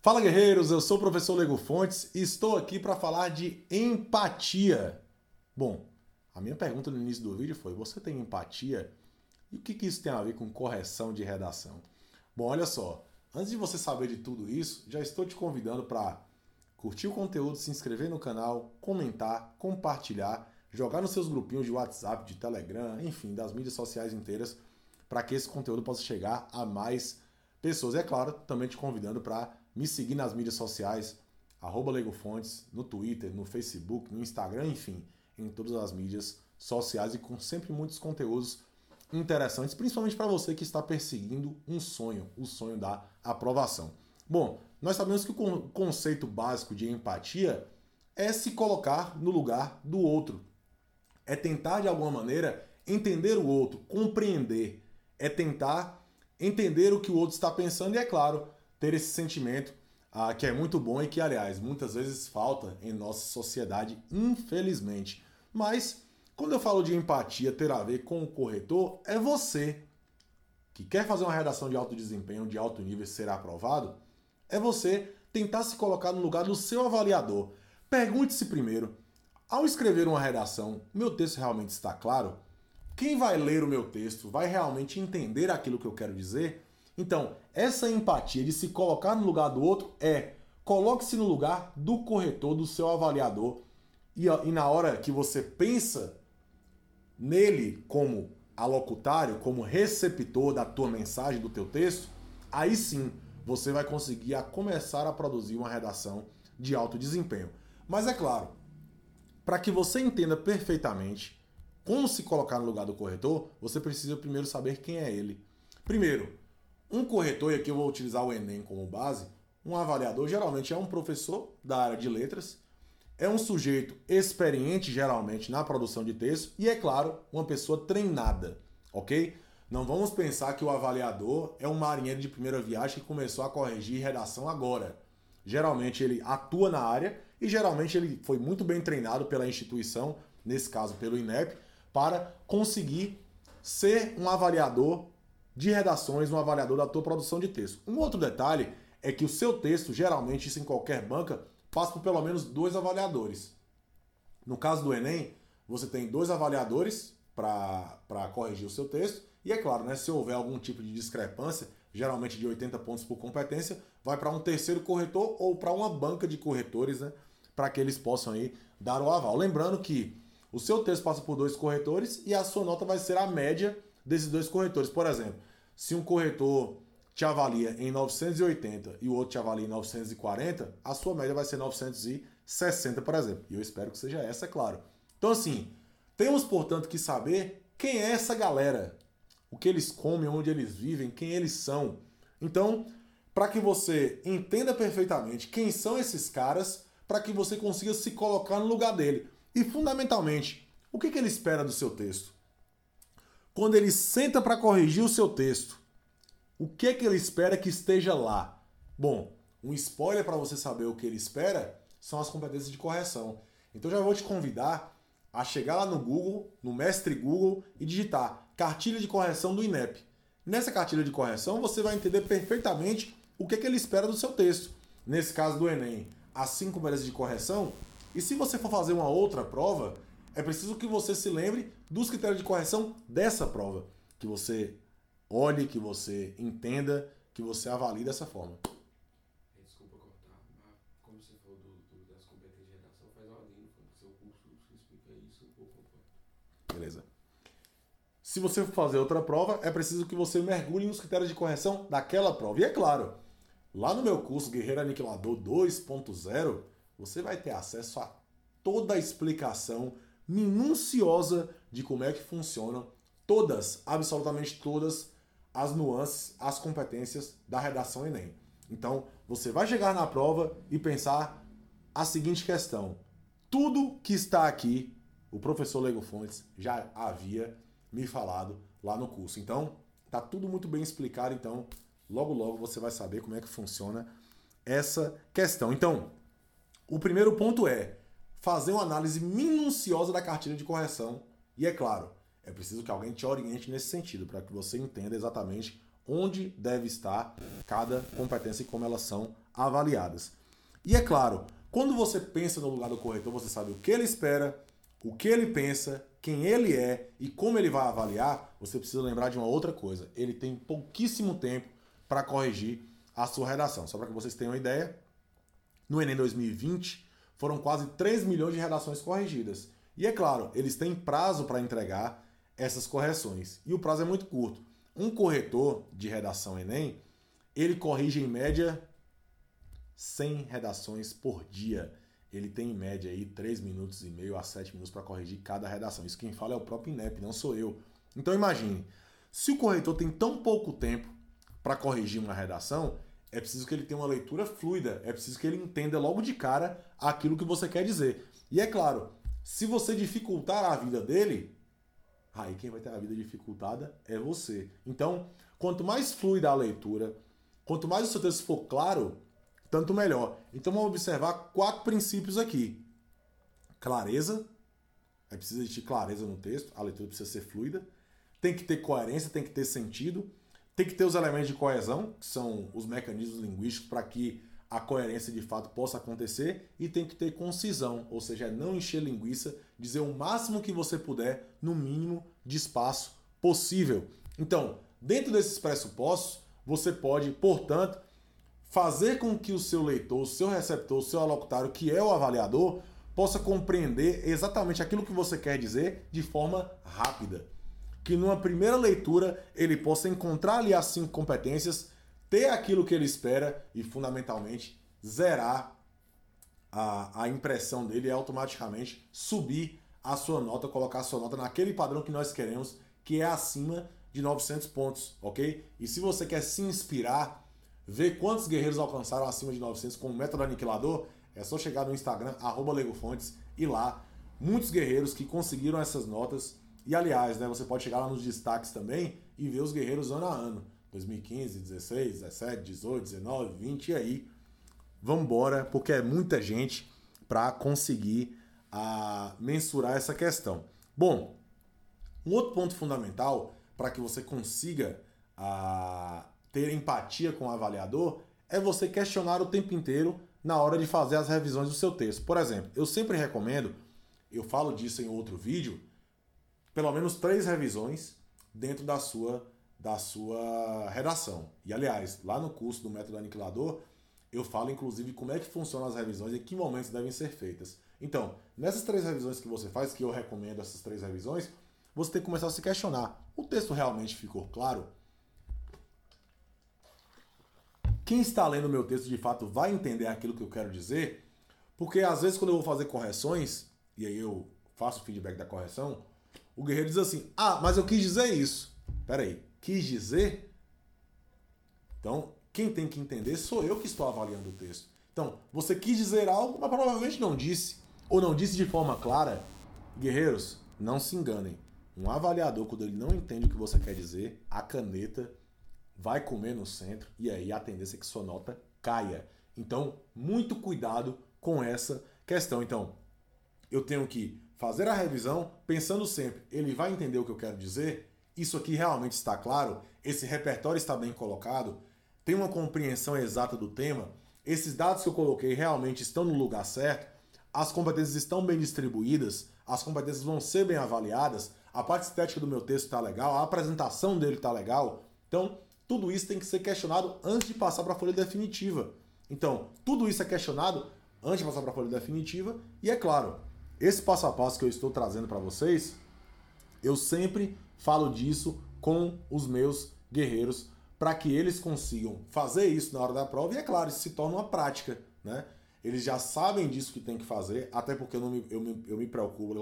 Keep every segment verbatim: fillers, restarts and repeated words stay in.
Fala, guerreiros! Eu sou o professor Lego Fontes e estou aqui para falar de empatia. Bom, a minha pergunta no início do vídeo foi: você tem empatia? E o que que isso tem a ver com correção de redação? Bom, olha só, antes de você saber de tudo isso, já estou te convidando para curtir o conteúdo, se inscrever no canal, comentar, compartilhar, jogar nos seus grupinhos de WhatsApp, de Telegram, enfim, das mídias sociais inteiras, para que esse conteúdo possa chegar a mais pessoas. E é claro, também te convidando para me seguir nas mídias sociais, arroba Lego Fontes, no Twitter, no Facebook, no Instagram, enfim, em todas as mídias sociais e com sempre muitos conteúdos interessantes, principalmente para você que está perseguindo um sonho, o sonho da aprovação. Bom, nós sabemos que o conceito básico de empatia é se colocar no lugar do outro. É tentar, de alguma maneira, entender o outro, compreender. É tentar entender o que o outro está pensando e, é claro, ter esse sentimento ah, que é muito bom e que, aliás, muitas vezes falta em nossa sociedade, infelizmente. Mas, quando eu falo de empatia ter a ver com o corretor, é você que quer fazer uma redação de alto desempenho, de alto nível e ser aprovado, é você tentar se colocar no lugar do seu avaliador. Pergunte-se primeiro, ao escrever uma redação, meu texto realmente está claro? Quem vai ler o meu texto vai realmente entender aquilo que eu quero dizer? Então, essa empatia de se colocar no lugar do outro é: coloque-se no lugar do corretor, do seu avaliador, e, e na hora que você pensa nele como alocutário, como receptor da tua mensagem, do teu texto, aí sim você vai conseguir a começar a produzir uma redação de alto desempenho. Mas é claro, para que você entenda perfeitamente como se colocar no lugar do corretor, você precisa primeiro saber quem é ele. Primeiro, um corretor, e aqui eu vou utilizar o Enem como base, um avaliador geralmente é um professor da área de letras, é um sujeito experiente geralmente na produção de texto e, é claro, uma pessoa treinada, ok? Não vamos pensar que o avaliador é um marinheiro de primeira viagem que começou a corrigir redação agora. Geralmente ele atua na área e geralmente ele foi muito bem treinado pela instituição, nesse caso pelo INEP, para conseguir ser um avaliador de redações, um avaliador da tua produção de texto. Um outro detalhe é que o seu texto, geralmente, isso em qualquer banca, passa por pelo menos dois avaliadores. No caso do Enem, você tem dois avaliadores para corrigir o seu texto e, é claro, né, se houver algum tipo de discrepância, geralmente de oitenta pontos por competência, vai para um terceiro corretor ou para uma banca de corretores, né, para que eles possam aí dar o aval. Lembrando que o seu texto passa por dois corretores e a sua nota vai ser a média desses dois corretores. Por exemplo, se um corretor te avalia em novecentos e oitenta e o outro te avalia em novecentos e quarenta, a sua média vai ser novecentos e sessenta, por exemplo. E eu espero que seja essa, é claro. Então, assim, temos, portanto, que saber quem é essa galera, o que eles comem, onde eles vivem, quem eles são. Então, para que você entenda perfeitamente quem são esses caras, para que você consiga se colocar no lugar dele. E, fundamentalmente, o que, que ele espera do seu texto? Quando ele senta para corrigir o seu texto, o que, que ele espera que esteja lá? Bom, um spoiler para você saber o que ele espera são as competências de correção. Então já vou te convidar a chegar lá no Google, no Mestre Google, e digitar cartilha de correção do INEP. Nessa cartilha de correção você vai entender perfeitamente o que, que ele espera do seu texto. Nesse caso do Enem, as cinco competências de correção. E se você for fazer uma outra prova, é preciso que você se lembre dos critérios de correção dessa prova. Que você olhe, que você entenda, que você avalie dessa forma. Desculpa cortar, mas como você falou do, do, das competências de redação, faz uma linha no seu curso, você explica isso um pouco. Beleza. Se você for fazer outra prova, é preciso que você mergulhe nos critérios de correção daquela prova. E é claro, lá no meu curso Guerreiro Aniquilador dois ponto zero, você vai ter acesso a toda a explicação minuciosa de como é que funcionam todas, absolutamente todas, as nuances, as competências da redação Enem. Então, você vai chegar na prova e pensar a seguinte questão: tudo que está aqui, o professor Lego Fontes já havia me falado lá no curso. Então, tá tudo muito bem explicado, então, logo logo você vai saber como é que funciona essa questão. Então, o primeiro ponto é fazer uma análise minuciosa da cartilha de correção e, é claro, é preciso que alguém te oriente nesse sentido, para que você entenda exatamente onde deve estar cada competência e como elas são avaliadas. E é claro, quando você pensa no lugar do corretor, você sabe o que ele espera, o que ele pensa, quem ele é e como ele vai avaliar. Você precisa lembrar de uma outra coisa. Ele tem pouquíssimo tempo para corrigir a sua redação. Só para que vocês tenham uma ideia, no Enem dois mil e vinte foram quase três milhões de redações corrigidas. E é claro, eles têm prazo para entregar essas correções. E o prazo é muito curto. Um corretor de redação Enem, ele corrige em média cem redações por dia. Ele tem em média aí três minutos e meio a sete minutos para corrigir cada redação. Isso quem fala é o próprio INEP, não sou eu. Então imagine, se o corretor tem tão pouco tempo para corrigir uma redação, é preciso que ele tenha uma leitura fluida, é preciso que ele entenda logo de cara aquilo que você quer dizer. E é claro, se você dificultar a vida dele, aí quem vai ter a vida dificultada é você. Então, quanto mais fluida a leitura, quanto mais o seu texto for claro, tanto melhor. Então vamos observar quatro princípios aqui. Clareza, é preciso existir clareza no texto, a leitura precisa ser fluida, tem que ter coerência, tem que ter sentido, tem que ter os elementos de coesão, que são os mecanismos linguísticos para que a coerência de fato possa acontecer, e tem que ter concisão, ou seja, não encher linguiça, dizer o máximo que você puder no mínimo de espaço possível. Então, dentro desses pressupostos, você pode, portanto, fazer com que o seu leitor, o seu receptor, o seu alocutário, que é o avaliador, possa compreender exatamente aquilo que você quer dizer de forma rápida. Que numa primeira leitura ele possa encontrar ali as cinco competências, ter aquilo que ele espera e, fundamentalmente, zerar a, a impressão dele e automaticamente subir a sua nota, colocar a sua nota naquele padrão que nós queremos, que é acima de novecentos pontos, ok? E se você quer se inspirar, ver quantos guerreiros alcançaram acima de novecentos com o método aniquilador, é só chegar no Instagram, arroba legofontes, e lá, muitos guerreiros que conseguiram essas notas. E aliás, né, você pode chegar lá nos destaques também e ver os guerreiros ano a ano. dois mil e quinze, dezesseis, dezessete, dezoito, dezenove, vinte, e aí vamos embora, porque é muita gente para conseguir a, mensurar essa questão. Bom, um outro ponto fundamental para que você consiga a, ter empatia com o avaliador é você questionar o tempo inteiro na hora de fazer as revisões do seu texto. Por exemplo, eu sempre recomendo, eu falo disso em outro vídeo, pelo menos três revisões dentro da sua, da sua redação. E, aliás, lá no curso do Método Aniquilador, eu falo, inclusive, como é que funcionam as revisões e que momentos devem ser feitas. Então, nessas três revisões que você faz, que eu recomendo essas três revisões, você tem que começar a se questionar. O texto realmente ficou claro? Quem está lendo o meu texto, de fato, vai entender aquilo que eu quero dizer? Porque, às vezes, quando eu vou fazer correções, e aí eu faço o feedback da correção, o guerreiro diz assim, ah, mas eu quis dizer isso. Peraí, quis dizer? Então, quem tem que entender sou eu que estou avaliando o texto. Então, você quis dizer algo, mas provavelmente não disse. Ou não disse de forma clara. Guerreiros, não se enganem. Um avaliador, quando ele não entende o que você quer dizer, a caneta vai comer no centro e aí a tendência é que sua nota caia. Então, muito cuidado com essa questão. Então, eu tenho que fazer a revisão pensando sempre, ele vai entender o que eu quero dizer? Isso aqui realmente está claro? Esse repertório está bem colocado? Tem uma compreensão exata do tema? Esses dados que eu coloquei realmente estão no lugar certo? As competências estão bem distribuídas? As competências vão ser bem avaliadas? A parte estética do meu texto está legal? A apresentação dele está legal? Então, tudo isso tem que ser questionado antes de passar para a folha definitiva. Então, tudo isso é questionado antes de passar para a folha definitiva. E é claro, esse passo a passo que eu estou trazendo para vocês, eu sempre falo disso com os meus guerreiros para que eles consigam fazer isso na hora da prova. E é claro, isso se torna uma prática, né? Eles já sabem disso que tem que fazer, até porque eu, não me, eu, me, eu me preocupo.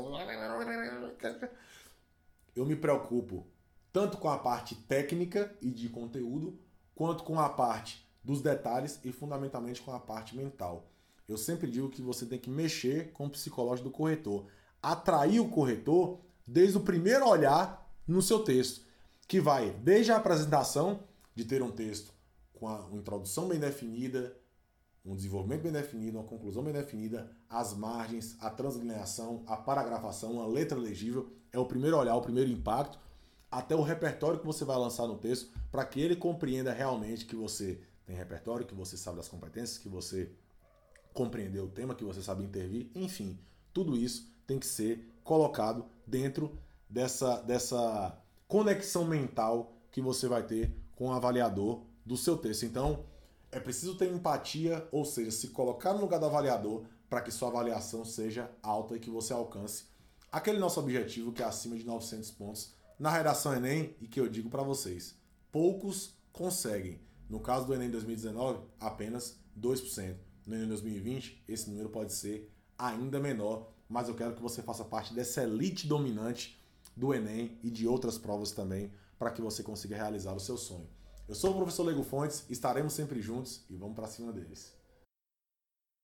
Eu me preocupo tanto com a parte técnica e de conteúdo, quanto com a parte dos detalhes e fundamentalmente com a parte mental. Eu sempre digo que você tem que mexer com o psicológico do corretor, atrair o corretor desde o primeiro olhar no seu texto, que vai desde a apresentação, de ter um texto com uma introdução bem definida, um desenvolvimento bem definido, uma conclusão bem definida, as margens, a translineação, a paragrafação, a letra legível, é o primeiro olhar, o primeiro impacto. até o repertório que você vai lançar no texto, para que ele compreenda realmente que você tem repertório, que você sabe das competências, que você compreendeu o tema, que você sabe intervir, enfim, tudo isso tem que ser colocado dentro dessa, dessa conexão mental que você vai ter com o avaliador do seu texto. Então, é preciso ter empatia, ou seja, se colocar no lugar do avaliador para que sua avaliação seja alta e que você alcance aquele nosso objetivo que é acima de novecentos pontos na redação Enem, e que eu digo para vocês, poucos conseguem. No caso do Enem dois mil e dezenove, apenas dois por cento. No Enem dois mil e vinte, esse número pode ser ainda menor, mas eu quero que você faça parte dessa elite dominante do Enem e de outras provas também, para que você consiga realizar o seu sonho. Eu sou o professor Lego Fontes, estaremos sempre juntos e vamos para cima deles.